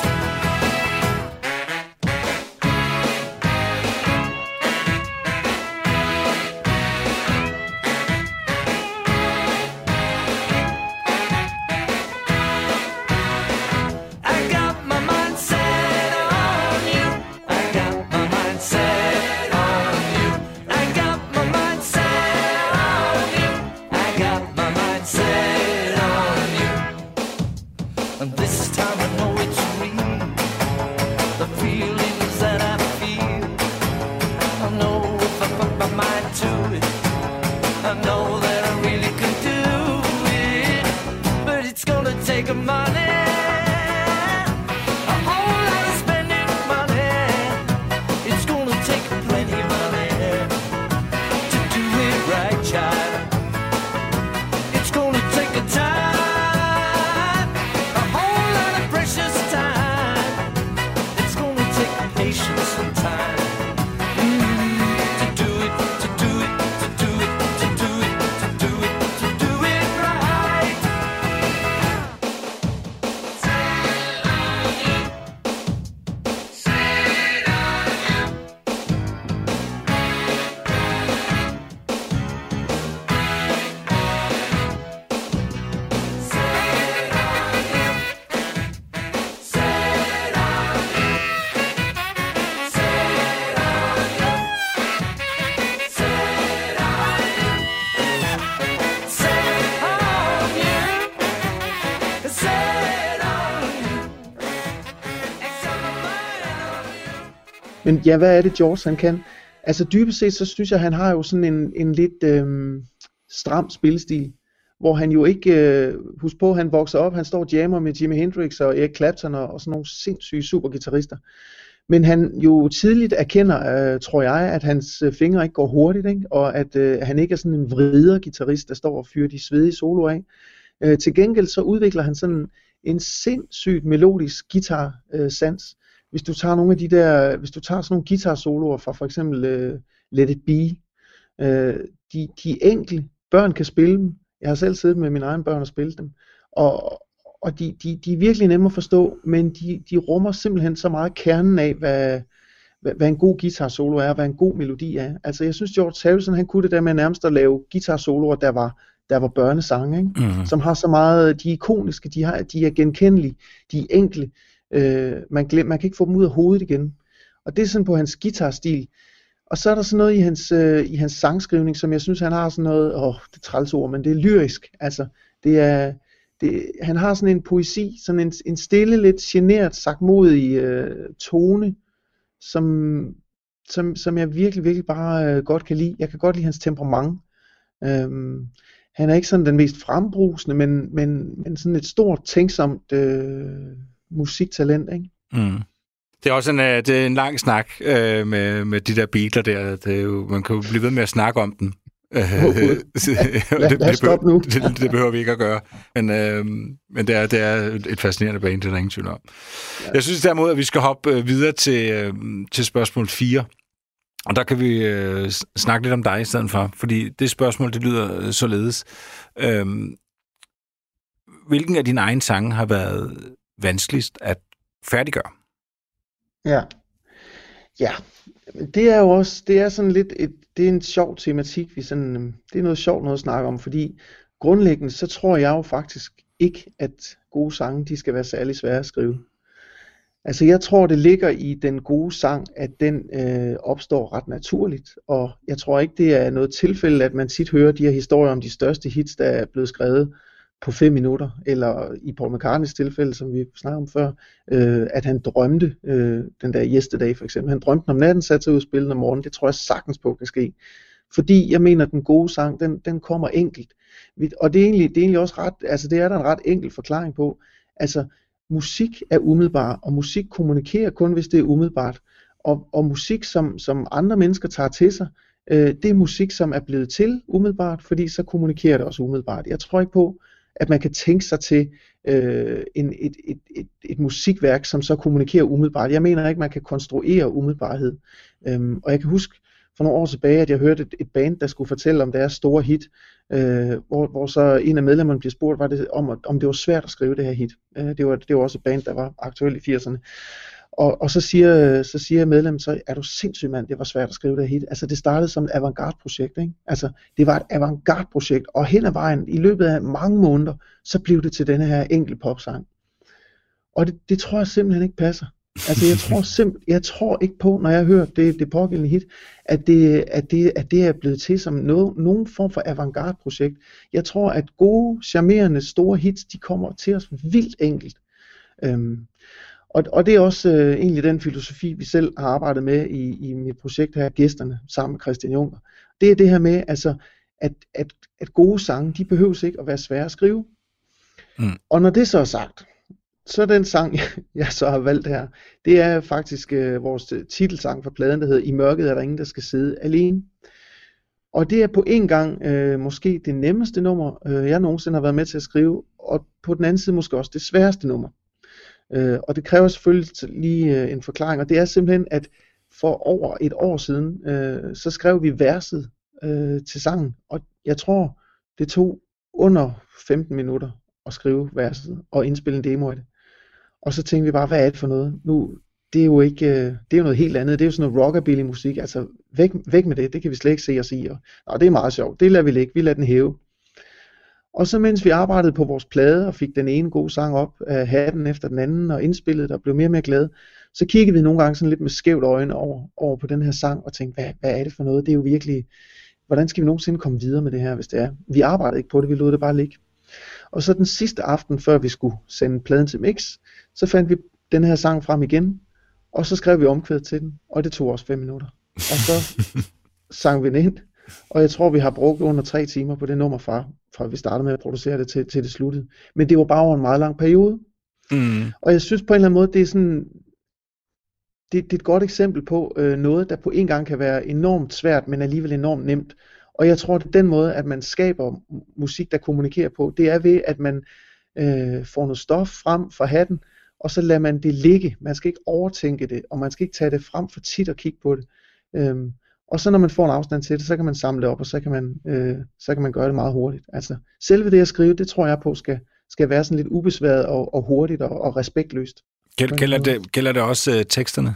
I got my mind set on you. I got my mind set on you. I got my mind set on you. I got my mind set on you. And this time I know it's real, the feelings that I feel. I know if I put my mind to it, I know that I really can do it. But it's gonna take a money, a whole lot of spending money. It's gonna take plenty of money to do it right, child. It's gonna take a time, a whole lot of precious time. It's gonna take patience and time mm, to do it, to do it, to do it, to do it, to do it, to do it right. Men ja, hvad er det George han kan? Altså dybest set så synes jeg han har jo sådan en, en lidt øhm, stram spillestil, hvor han jo ikke, øh, husk på han vokser op, han står og jammer med Jimi Hendrix og Eric Clapton og, og sådan nogle sindssyge superguitarister. Men han jo tidligt erkender, øh, tror jeg, at hans øh, fingre ikke går hurtigt, ikke? Og at øh, han ikke er sådan en vrider guitarist, der står og fyrer de svedige soloer af. Øh, til gengæld så udvikler han sådan en sindssygt melodisk guitar øh, sans. Hvis du tager nogle af de der, hvis du tager sådan nogle guitar-soloer fra for eksempel uh, Let It Be, uh, de, de er enkle, børn kan spille dem. Jeg har selv siddet med mine egne børn og spillet dem, og, og de, de, de er virkelig nemme at forstå, men de, de rummer simpelthen så meget kernen af, hvad, hvad, hvad en god guitar-solo er, hvad en god melodi er. Altså jeg synes George Harrison, han kunne det der med nærmest at lave guitar-soloer, der var, der var børnesange, ikke? Mm-hmm. Som har så meget, de er ikoniske, de, har, de er genkendelige, de er enkle. Øh, man, glem, man kan ikke få dem ud af hovedet igen. Og det er sådan på hans guitarstil. Og så er der sådan noget i hans, øh, i hans sangskrivning, som jeg synes han har sådan noget, åh det er træls ord, men det er lyrisk. Altså det er, det, han har sådan en poesi, sådan en, en stille, lidt genert, sagtmodig øh, tone, som, som, som jeg virkelig, virkelig bare øh, godt kan lide. Jeg kan godt lide hans temperament. Øhm, han er ikke sådan den mest frembrusende, men, men, men sådan et stort, tænksomt øh, musiktalent, ikke? Mm. Det er også en, øh, det er en lang snak øh, med, med de der Beatles der. Det er jo, man kan jo blive ved med at snakke om den. Oh, lad, lad os stoppe nu. det, det, det behøver vi ikke at gøre. Men, øh, men det, er, det er et fascinerende band, det er der ingen tvivl om. Ja. Jeg synes derimod, at vi skal hoppe videre til, øh, til spørgsmål fire. Og der kan vi øh, snakke lidt om dig i stedet for. Fordi det spørgsmål, det lyder således. Øh, hvilken af dine egne sange har været vanskeligst at færdiggøre? Ja, ja, det er jo også, det er sådan lidt, et, det er en sjov tematik, vi sådan, det er noget sjovt noget at snakke om, fordi grundlæggende, så tror jeg jo faktisk ikke, at gode sange, de skal være særlig svære at skrive. Altså jeg tror, det ligger i den gode sang, at den øh, opstår ret naturligt, og jeg tror ikke, det er noget tilfælde, at man tit hører de her historier om de største hits, der er blevet skrevet på fem minutter, eller i Paul McCartneys tilfælde, som vi snakkede om før, øh, at han drømte, øh, den der Yesterday for eksempel, han drømte om natten, satte sig ud og spillede om morgenen, det tror jeg sagtens på kan ske, fordi jeg mener, at den gode sang, den, den kommer enkelt, og det er, egentlig, det er egentlig også ret, altså det er der en ret enkel forklaring på, altså musik er umiddelbar, og musik kommunikerer kun, hvis det er umiddelbart, og, og musik, som, som andre mennesker tager til sig, øh, det er musik, som er blevet til umiddelbart, fordi så kommunikerer det også umiddelbart. Jeg tror ikke på, at man kan tænke sig til øh, en, et, et, et, et musikværk, som så kommunikerer umiddelbart. Jeg mener ikke, man kan konstruere umiddelbarhed. Øhm, og jeg kan huske for nogle år tilbage, at jeg hørte et, et band, der skulle fortælle om deres store hit, øh, hvor, hvor så en af medlemmerne blev spurgt, var det, om, om det var svært at skrive det her hit. Øh, det, var, det var også et band, der var aktuelt i firserne. Og, og så siger, så siger medlemmen, så er du sindssyg mand, det var svært at skrive det hit. Altså det startede som et avantgarde-projekt, ikke? Altså det var et avantgarde-projekt, og hen ad vejen, i løbet af mange måneder, så blev det til denne her enkel popsang. Og det, det tror jeg simpelthen ikke passer. Altså jeg tror simpelthen, jeg tror ikke på, når jeg hører det, det pågældende hit, at det, at, det, at det er blevet til som no, nogen form for avantgarde-projekt. Jeg tror, at gode, charmerende, store hits, de kommer til os vildt enkelt. Øhm, Og, og det er også øh, egentlig den filosofi, vi selv har arbejdet med i, i mit projekt her, Gæsterne, sammen med Christian Juncker. Det er det her med, altså, at, at, at gode sange, de behøves ikke at være svære at skrive. Mm. Og når det så er sagt, så den sang, jeg så har valgt her, det er faktisk øh, vores titelsang for pladen, der hedder I mørket er der ingen, der skal sidde alene. Og det er på en gang øh, måske det nemmeste nummer, øh, jeg nogensinde har været med til at skrive, og på den anden side måske også det sværeste nummer. Uh, og det kræver selvfølgelig lige uh, en forklaring, og det er simpelthen, at for over et år siden, uh, så skrev vi verset uh, til sangen, og jeg tror, det tog under femten minutter at skrive verset og indspille en demo af det. Og så tænkte vi bare, hvad er det for noget? Nu, det er jo ikke, uh, det er jo noget helt andet, det er jo sådan noget rockabilly musik, altså væk, væk med det, det kan vi slet ikke se os i, og, og det er meget sjovt, det lader vi ligge, vi lader den hæve. Og så mens vi arbejdede på vores plade og fik den ene gode sang op af hatten efter den anden og indspillet og blev mere og mere glade, så kiggede vi nogle gange sådan lidt med skævt øjne over, over på den her sang og tænkte, hvad, hvad er det for noget? Det er jo virkelig, hvordan skal vi nogensinde komme videre med det her, hvis det er? Vi arbejdede ikke på det, vi lod det bare ligge. Og så den sidste aften, før vi skulle sende pladen til mix, så fandt vi den her sang frem igen, og så skrev vi omkvædet til den, og det tog også fem minutter. Og så sang vi den ind. Og jeg tror, vi har brugt under tre timer på det nummer fra, fra vi startede med at producere det til, til det sluttede. Men det var bare over en meget lang periode. Mm. Og jeg synes på en eller anden måde, det er sådan, det, det er et godt eksempel på øh, noget, der på en gang kan være enormt svært, men alligevel enormt nemt. Og jeg tror, at den måde, at man skaber musik, der kommunikerer på, det er ved, at man øh, får noget stof frem fra hatten, og så lader man det ligge. Man skal ikke overtænke det, og man skal ikke tage det frem for tit og kigge på det. Øhm, Og så når man får en afstand til det, så kan man samle det op, og så kan man, øh, så kan man gøre det meget hurtigt. Altså selve det at skrive, det tror jeg på skal, skal være sådan lidt ubesværet og, og hurtigt og, og respektløst. Gæld, gælder, det, gælder det også øh, teksterne?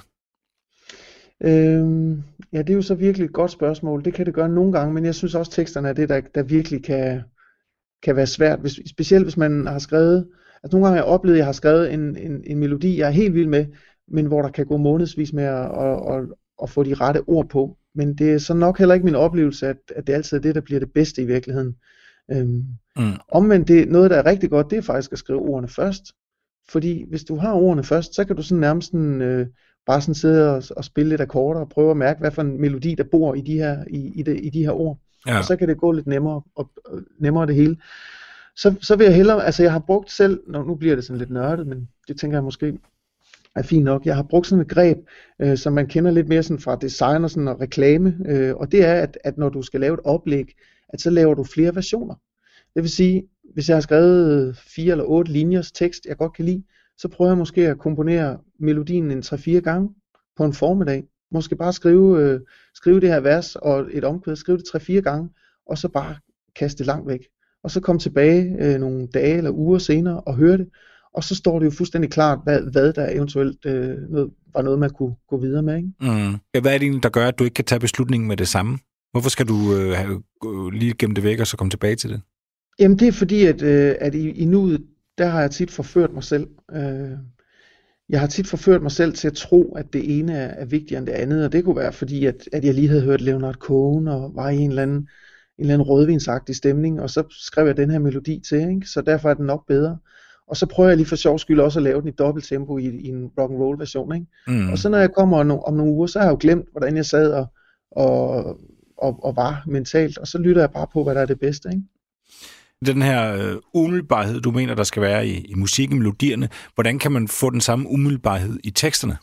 Øhm, ja, det er jo så virkelig et godt spørgsmål. Det kan det gøre nogle gange, men jeg synes også teksterne er det, der, der virkelig kan, kan være svært. Hvis, specielt hvis man har skrevet, altså nogle gange har jeg oplevet, at jeg har skrevet en, en, en melodi, jeg er helt vild med, men hvor der kan gå månedsvis med at, at, at, at få de rette ord på. Men det er så nok heller ikke min oplevelse, at, at det altid er det, der bliver det bedste i virkeligheden. Øhm, mm. Omvendt, det, noget der er rigtig godt, det er faktisk at skrive ordene først. Fordi hvis du har ordene først, så kan du sådan nærmest sådan, øh, bare sådan sidde og, og spille lidt akkorder og prøve at mærke, hvad for en melodi, der bor i de her, i, i de, i de her ord. Ja. Og så kan det gå lidt nemmere, og, og nemmere det hele. Så, så vil jeg hellere, altså jeg har brugt selv, nu, nu bliver det sådan lidt nørdet, men det tænker jeg måske er fint nok. Jeg har brugt sådan et greb, øh, som man kender lidt mere sådan fra design og, sådan, og reklame, øh, og det er, at, at når du skal lave et oplæg, at så laver du flere versioner. Det vil sige, hvis jeg har skrevet fire eller otte linjers tekst, jeg godt kan lide, så prøver jeg måske at komponere melodien en tre-fire gange på en formiddag. Måske bare skrive, øh, skrive det her vers og et omkvæd, skrive det tre-fire gange, og så bare kaste det langt væk. Og så komme tilbage øh, nogle dage eller uger senere og høre det, og så står det jo fuldstændig klart, hvad, hvad der eventuelt øh, noget, var noget, man kunne gå videre med. Ikke? Mm. Ja, hvad er det egentlig, der gør, at du ikke kan tage beslutningen med det samme? Hvorfor skal du øh, have, lige gemme det væk og så komme tilbage til det? Jamen det er fordi, at, øh, at i, i nuet, der har jeg tit forført mig selv. Øh, jeg har tit forført mig selv til at tro, at det ene er, er vigtigere end det andet, og det kunne være fordi, at, at jeg lige havde hørt Leonard Cohen og var i en eller anden, en eller anden rødvinsagtig stemning, og så skrev jeg den her melodi til, ikke? Så derfor er den nok bedre. Og så prøver jeg lige for sjov skyld også at lave den i dobbelt tempo i, i en rock and roll version, ikke? Mm. Og så når jeg kommer om, om nogle uger, så har jeg jo glemt, hvordan jeg sad og, og, og, og var mentalt, og så lytter jeg bare på, hvad der er det bedste, ikke? Den her øh, umiddelbarhed, du mener, der skal være i, i musikken, melodierne, hvordan kan man få den samme umiddelbarhed i teksterne?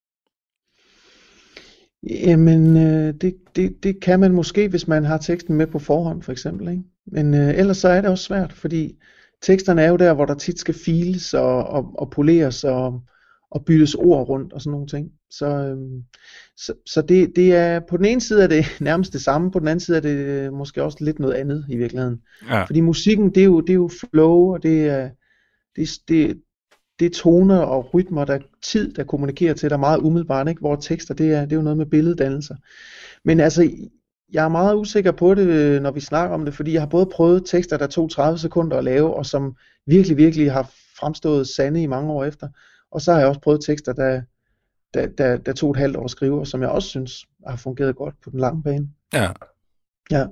Jamen, øh, det, det, det kan man måske, hvis man har teksten med på forhånd, for eksempel, ikke? Men øh, ellers så er det også svært, fordi teksterne er jo der, hvor der tit skal files og, og, og poleres og, og byttes ord rundt og sådan nogle ting. Så, øhm, så, så det, det er, på den ene side er det nærmest det samme, på den anden side er det måske også lidt noget andet i virkeligheden. Ja. Fordi musikken, det er jo, det er jo flow, og det er, det, det, det er toner og rytmer, der tid, der kommunikerer til dig meget umiddelbart, ikke? Hvor tekster, det er, det er jo noget med billeddannelser. Men altså, jeg er meget usikker på det, når vi snakker om det, fordi jeg har både prøvet tekster, der tog tredive sekunder at lave, og som virkelig, virkelig har fremstået sande i mange år efter. Og så har jeg også prøvet tekster, der, der, der, der tog et halvt år at skrive, og som jeg også synes har fungeret godt på den lange bane. Ja. Ja.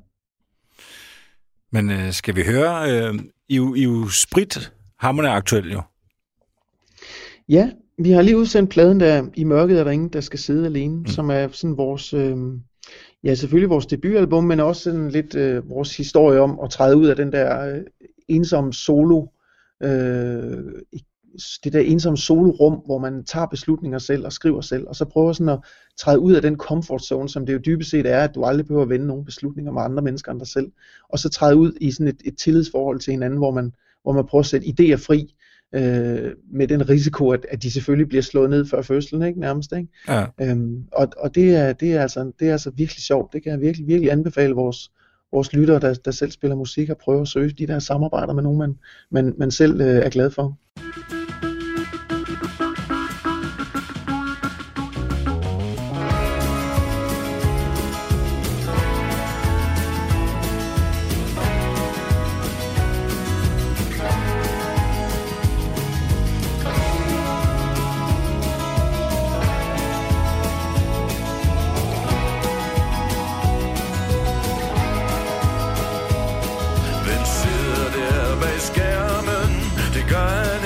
Men øh, skal vi høre, øh, I, I er jo sprit hamrende aktuelt jo. Ja, vi har lige udsendt pladen der, I mørket er der ingen, der skal sidde alene, mm. som er sådan vores, øh, ja selvfølgelig vores debutalbum, men også sådan lidt øh, vores historie om at træde ud af den der øh, ensomme solo, øh, det der ensomme solorum, hvor man tager beslutninger selv og skriver selv, og så prøver sådan at træde ud af den comfort zone, som det jo dybest set er, at du aldrig behøver at vende nogle beslutninger med andre mennesker end dig selv, og så træde ud i sådan et, et tillidsforhold til hinanden, hvor man, hvor man prøver at sætte idéer fri, øh, med den risiko, at, at de selvfølgelig bliver slået ned før fødslen, ikke, nærmest, ikke? Ja. Øhm, og og det, er, det, er altså, det er altså virkelig sjovt, det kan jeg virkelig, virkelig anbefale vores, vores lyttere, der, der selv spiller musik, at prøve at søge de der samarbejder med nogen, man, man, man selv øh, er glad for. Hvem sidder der bag skærmen? Det gør han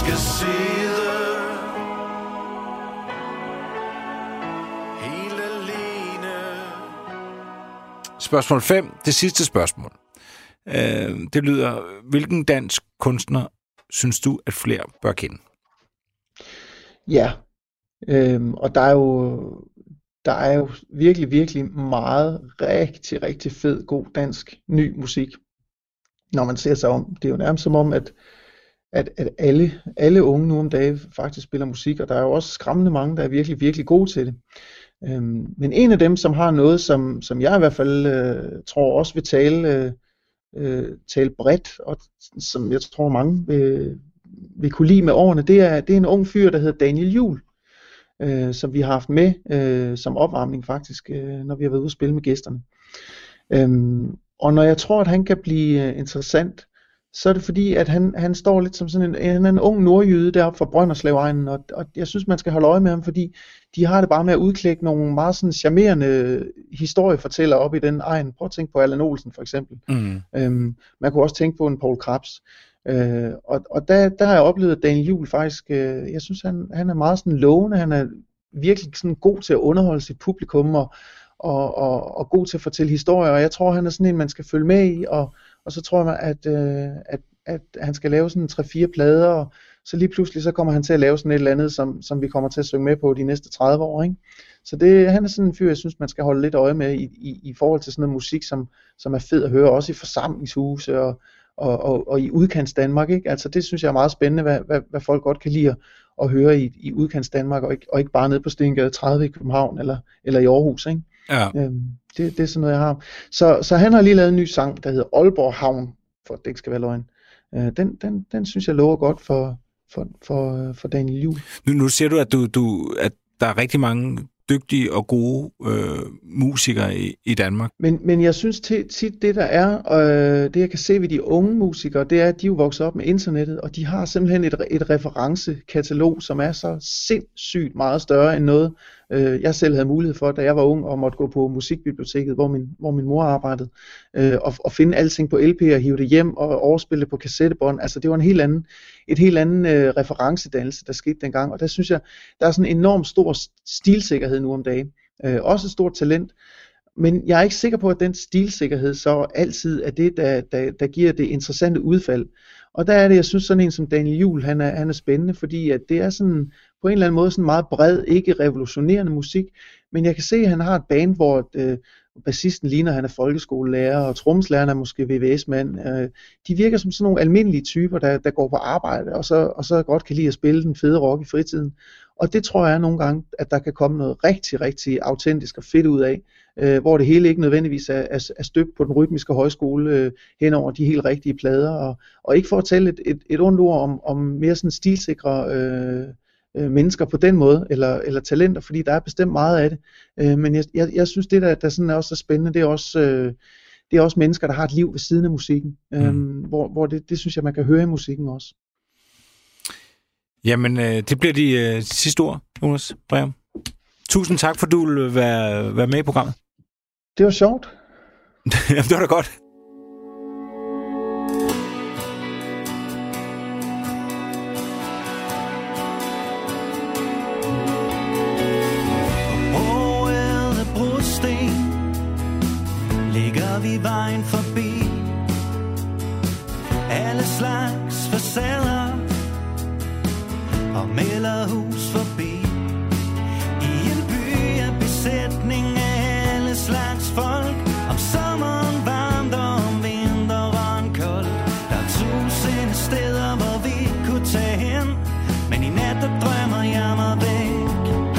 skal sidde helt alene. Spørgsmål fem, det sidste spørgsmål. Øh, det lyder, hvilken dansk kunstner synes du, at flere bør kende? Ja, øhm, og der er jo der er jo virkelig, virkelig meget rigtig, rigtig fed, god dansk ny musik, når man ser sig om. Det er jo nærmest som om, at, at, at alle, alle unge nu om dagen faktisk spiller musik, og der er jo også skræmmende mange, der er virkelig, virkelig gode til det. Øhm, men en af dem, som har noget, som, som jeg i hvert fald øh, tror også vil tale, øh, tale bredt, og som jeg tror mange vil, vil kunne lide med årene, det er, det er en ung fyr, der hedder Daniel Juhl, øh, som vi har haft med øh, som opvarmning faktisk, øh, når vi har været ude at spille med gæsterne. Øhm, og når jeg tror, at han kan blive øh, interessant, så er det fordi, at han, han står lidt som sådan en, en, en ung nordjyde deroppe fra Brønderslev-egnen, og, og jeg synes, man skal holde øje med ham, fordi de har det bare med at udklække nogle meget sådan charmerende historiefortællere op i den egen. Prøv at tænke på Allan Olsen for eksempel. Mm. Øhm, man kunne også tænke på en Poul Krebs. Øh, og og der, der har jeg oplevet, at Daniel Juhl faktisk, øh, jeg synes, han, han er meget sådan lovende, han er virkelig sådan god til at underholde sit publikum, og, og, og, og god til at fortælle historier, og jeg tror, han er sådan en, man skal følge med i, og Og så tror jeg, at, øh, at, at han skal lave sådan tre-fire plader, og så lige pludselig så kommer han til at lave sådan et eller andet, som, som vi kommer til at synge med på de næste tredive år. Ikke? Så det, han er sådan en fyr, jeg synes, man skal holde lidt øje med i, i, i forhold til sådan noget musik, som, som er fed at høre, også i forsamlingshuse og, og, og, og i udkants Danmark. Ikke? Altså det synes jeg er meget spændende, hvad, hvad, hvad folk godt kan lide at, at høre i, i udkants Danmark, og ikke, og ikke bare nede på Stengade tredive i København eller, eller i Aarhus. Ikke? Ja. Øhm, det, det er sådan noget, jeg har. Så, så han har lige lavet en ny sang, der hedder Aalborg Havn, for at det ikke skal være løgn. Øh, den, den, den synes jeg lover godt for, for, for, for Daniel Juhl. Nu, nu siger du, at, du, du, at der er rigtig mange dygtige og gode øh, musikere i, i Danmark. Men, men jeg synes tit, tit det der er, øh, det jeg kan se ved de unge musikere, det er, at de er jo vokset op med internettet, og de har simpelthen et, et referencekatalog, som er så sindssygt meget større end noget, øh, jeg selv havde mulighed for, da jeg var ung og måtte gå på musikbiblioteket, hvor min, hvor min mor arbejdede, øh, og, og finde alting på L P og hive det hjem og overspille det på kassettebånd. Altså det var en helt anden, et helt anden øh, referencedannelse, der skete dengang, og der synes jeg, der er sådan en enorm stor stilsikkerhed nu om dagen. Øh, også et stort talent, men jeg er ikke sikker på, at den stilsikkerhed så altid er det, der, der, der giver det interessante udfald. Og der er det, jeg synes, sådan en som Daniel Juhl, han er, han er spændende, fordi at det er sådan på en eller anden måde sådan meget bred, ikke revolutionerende musik, men jeg kan se, at han har et band, hvor øh, bassisten ligner, han er folkeskolelærer, og trommeslageren er måske V V S-mand. Øh, de virker som sådan nogle almindelige typer, der, der går på arbejde, og så, og så godt kan lide at spille den fede rock i fritiden. Og det tror jeg nogle gange, at der kan komme noget rigtig, rigtig autentisk og fedt ud af, øh, hvor det hele ikke nødvendigvis er, er, er støbt på den rytmiske højskole øh, hen over de helt rigtige plader, og, og ikke for at tale et, et, et ondt ord om, om mere sådan stilsikre øh, øh, mennesker på den måde, eller, eller talenter, fordi der er bestemt meget af det, øh, men jeg, jeg, jeg synes det der, der sådan er også så spændende, det er også, øh, det er også mennesker, der har et liv ved siden af musikken, øh, mm. hvor, hvor det, det synes jeg, man kan høre i musikken også. Jamen, øh, det bliver de øh, sidste ord, Jonas Breum. Tusind tak, for du vil være, være med i programmet. Det var sjovt. Jamen, det var da godt. Året brosten ligger vi vejen forbi alle slags facader og malerhus forbi. I en by af besætning af alle slags folk. Om sommeren varmt og om vinteren koldt. Der er tusinde steder, hvor vi kunne tage hen, men i nat der drømmer jeg mig væk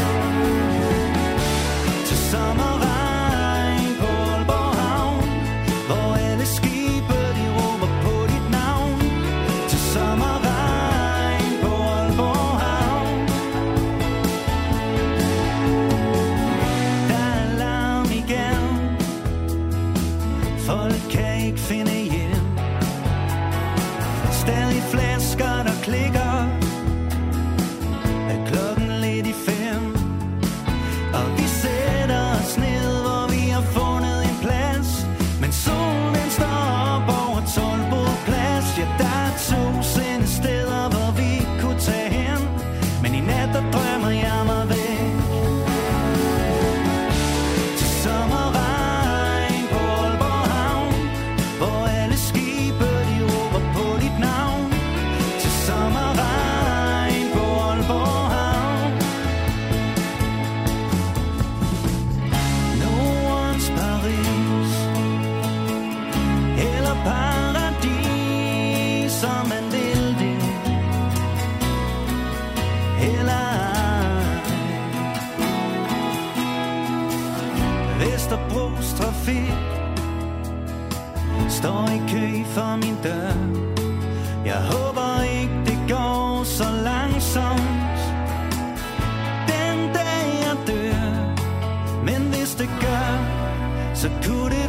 til sommerregn på Aalborg Havn, hvor alle skibe de råber på dit navn. Til sommerregn på Aalborg Havn, står i kø for min dør. Jeg håber ikke det går så langsomt den dag jeg dør. Men hvis det gør, så kunne det